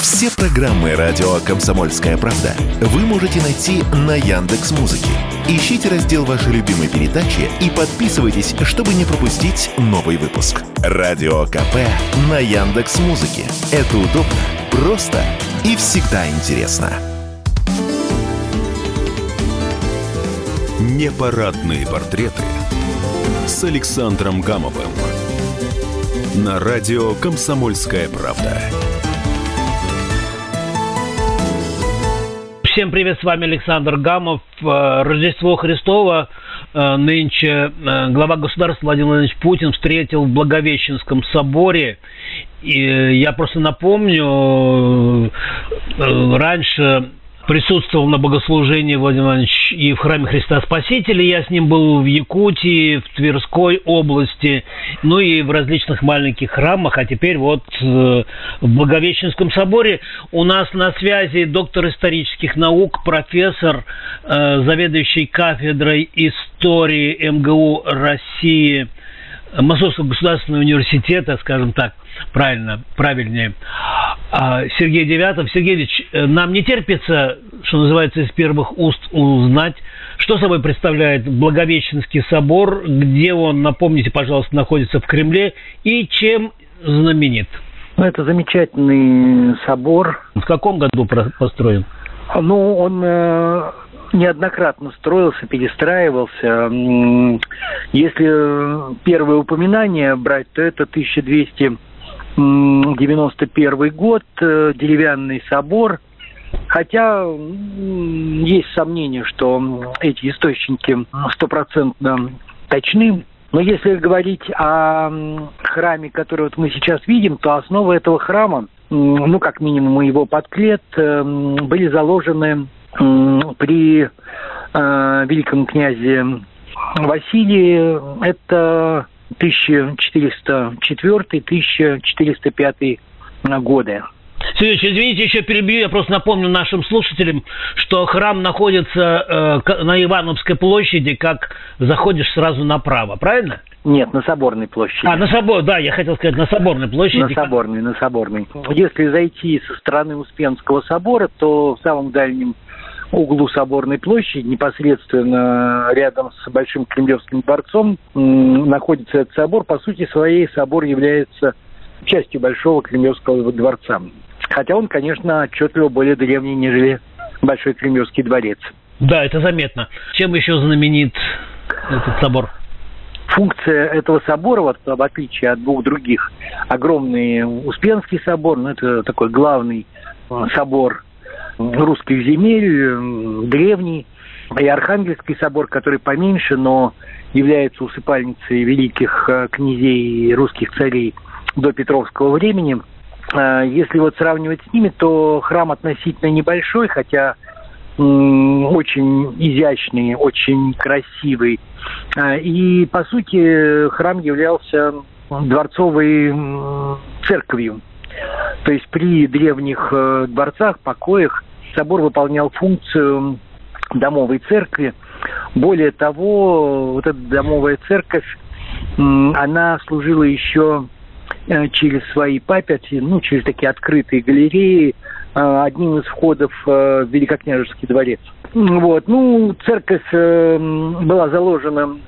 Все программы радио «Комсомольская правда» вы можете найти на Яндекс.Музыке. Ищите раздел вашей любимой передачи и подписывайтесь, чтобы не пропустить новый выпуск. Радио КП на Яндекс.Музыке. Это удобно, просто и всегда интересно. Непарадные портреты с Александром Гамовым на радио «Комсомольская правда». Всем привет, с вами Александр Гамов. Рождество Христово нынче глава государства Владимир Владимирович Путин встретил в Благовещенском соборе. И я просто напомню, раньше присутствовал на богослужении Владимир Владимирович и в храме Христа Спасителя. Я с ним был в Якутии, в Тверской области, ну и в различных маленьких храмах. А теперь вот в Благовещенском соборе у нас на связи доктор исторических наук, профессор, заведующий кафедрой истории МГУ России, Московского государственного университета, скажем так, правильнее, Сергей Девятов. Сергей Ильич, нам не терпится, что называется, из первых уст узнать, что собой представляет Благовещенский собор, где он, напомните, пожалуйста, находится в Кремле и чем знаменит. Это замечательный собор. В каком году построен? Ну, он неоднократно строился, перестраивался. Если первое упоминание брать, то это 1291 год, деревянный собор. Хотя есть сомнения, что эти источники стопроцентно точны. Но если говорить о храме, который вот мы сейчас видим, то основа этого храма, ну, как минимум его подклет, были заложены при великом князе Василии. Это 1404-1405 годы. Сергей, извините, еще перебью. Я просто напомню нашим слушателям, что храм находится на Ивановской площади, как заходишь сразу направо, правильно? Нет, на Соборной площади. Да, я хотел сказать, на Соборной площади. На Соборной. Если зайти со стороны Успенского собора, то в самом дальнем углу Соборной площади, непосредственно рядом с Большим Кремлевским дворцом, находится этот собор. По сути своей, собор является частью Большого Кремлевского дворца. Хотя он, конечно, отчетливо более древний, нежели Большой Кремлевский дворец. Да, это заметно. Чем еще знаменит этот собор? Функция этого собора, вот, в отличие от двух других, огромный Успенский собор, это такой главный собор русских земель, древний, и Архангельский собор, который поменьше, но является усыпальницей великих князей русских царей до Петровского времени. Если вот сравнивать с ними, то храм относительно небольшой, хотя очень изящный, очень красивый. И, по сути, храм являлся дворцовой церковью. То есть при древних дворцах, покоях собор выполнял функцию домовой церкви. Более того, вот эта домовая церковь, она служила еще через свои папяти, через такие открытые галереи, одним из входов в Великокняжеский дворец. Церковь была заложена в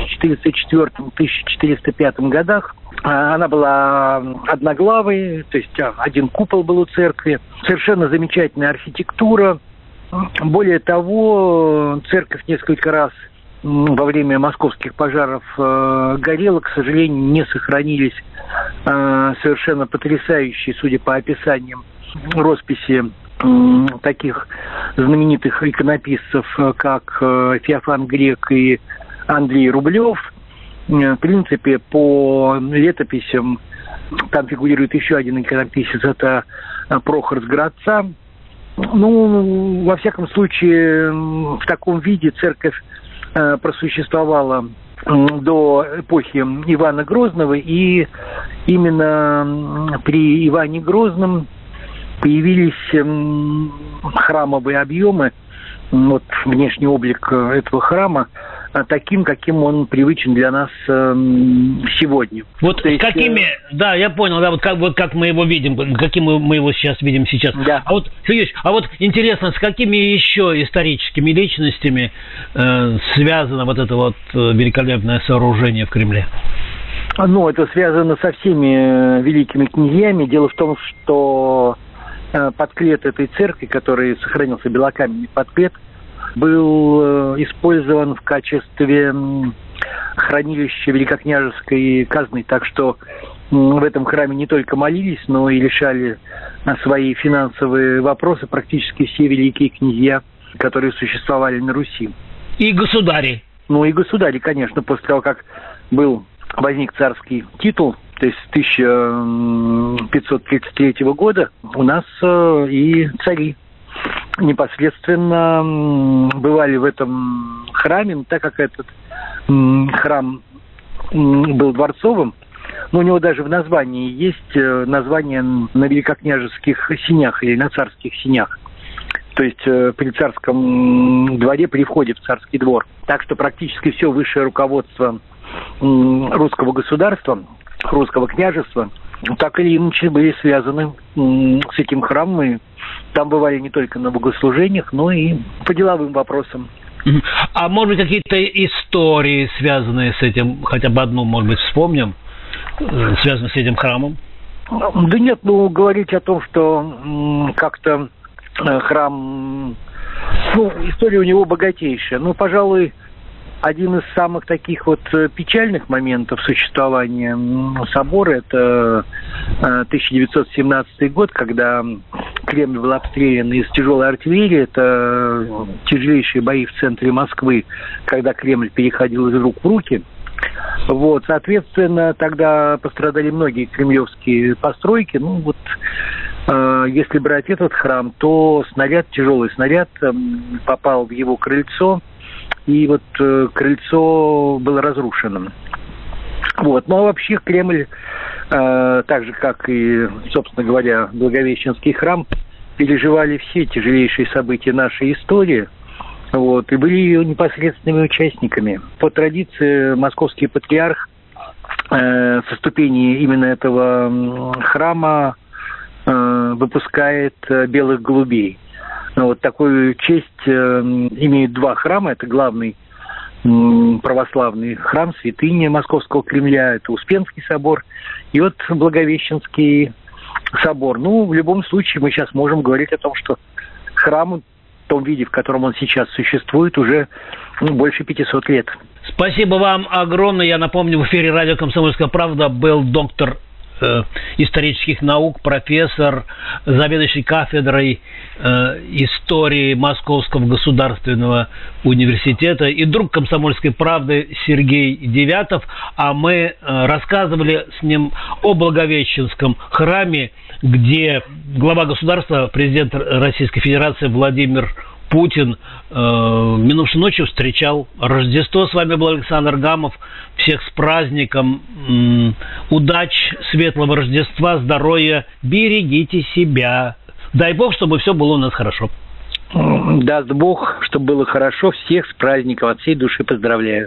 1404-1405 годах. Она была одноглавой, то есть один купол был у церкви. Совершенно замечательная архитектура. Более того, церковь несколько раз во время московских пожаров горела. К сожалению, не сохранились совершенно потрясающие, судя по описаниям, росписи таких знаменитых иконописцев, как Феофан Грек и Андрей Рублев. В принципе, по летописям там фигурирует еще один иконописец, это Прохор с Градца. Во всяком случае, в таком виде церковь просуществовала до эпохи Ивана Грозного, и именно при Иване Грозном появились храмовые объемы. Вот внешний облик этого храма таким, каким он привычен для нас сегодня. Вот с какими, да, я понял, да, вот как мы его видим, каким мы его сейчас видим сейчас. Да. А вот, Сергей, интересно, с какими еще историческими личностями связано вот это вот великолепное сооружение в Кремле? Ну, это связано со всеми великими князьями. Дело в том, что подклет этой церкви, который сохранился, белокаменный подклет, был использован в качестве хранилища великокняжеской казны. Так что в этом храме не только молились, но и решали свои финансовые вопросы практически все великие князья, которые существовали на Руси. И государи. Ну и государи, конечно, после того, как возник царский титул, то есть с 1533 года у нас и цари непосредственно бывали в этом храме, так как этот храм был дворцовым, но у него даже в названии есть название на великокняжеских сенях или на царских сенях. То есть при царском дворе, при входе в царский двор. Так что практически все высшее руководство русского государства, русского княжества, так или иначе были связаны с этим храмом. И там бывали не только на богослужениях, но и по деловым вопросам. А может быть, какие-то истории, связанные с этим, хотя бы одну, может быть, вспомним, связанные с этим храмом? Да нет, говорить о том, что как-то храм, история у него богатейшая. Пожалуй, один из самых таких вот печальных моментов существования собора – это 1917 год, когда Кремль был обстрелян из тяжелой артиллерии. Это тяжелейшие бои в центре Москвы, когда Кремль переходил из рук в руки. Соответственно, тогда пострадали многие кремлевские постройки. Если брать этот храм, то тяжелый снаряд попал в его крыльцо, и крыльцо было разрушено. А вообще Кремль, так же, как и, собственно говоря, Благовещенский храм, переживали все тяжелейшие события нашей истории, и были ее непосредственными участниками. По традиции московский патриарх со ступени именно этого храма выпускает белых голубей. Такую честь имеют два храма. Это главный православный храм, святыня Московского Кремля, это Успенский собор, и Благовещенский собор. В любом случае мы сейчас можем говорить о том, что храм в том виде, в котором он сейчас существует, уже больше 500 лет. Спасибо вам огромное. Я напомню, в эфире радио «Комсомольская правда» был доктор исторических наук, профессор, заведующий кафедрой истории Московского государственного университета и друг «Комсомольской правды» Сергей Девятов. А мы рассказывали с ним о Благовещенском храме, где глава государства, президент Российской Федерации Владимир Путин минувшей ночью встречал Рождество. С вами был Александр Гамов. Всех с праздником. Удач, светлого Рождества, здоровья. Берегите себя. Дай Бог, чтобы все было у нас хорошо. Даст Бог, чтобы было хорошо. Всех с праздником. От всей души поздравляю.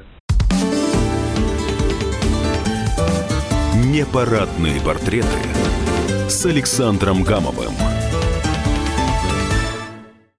Непарадные портреты с Александром Гамовым.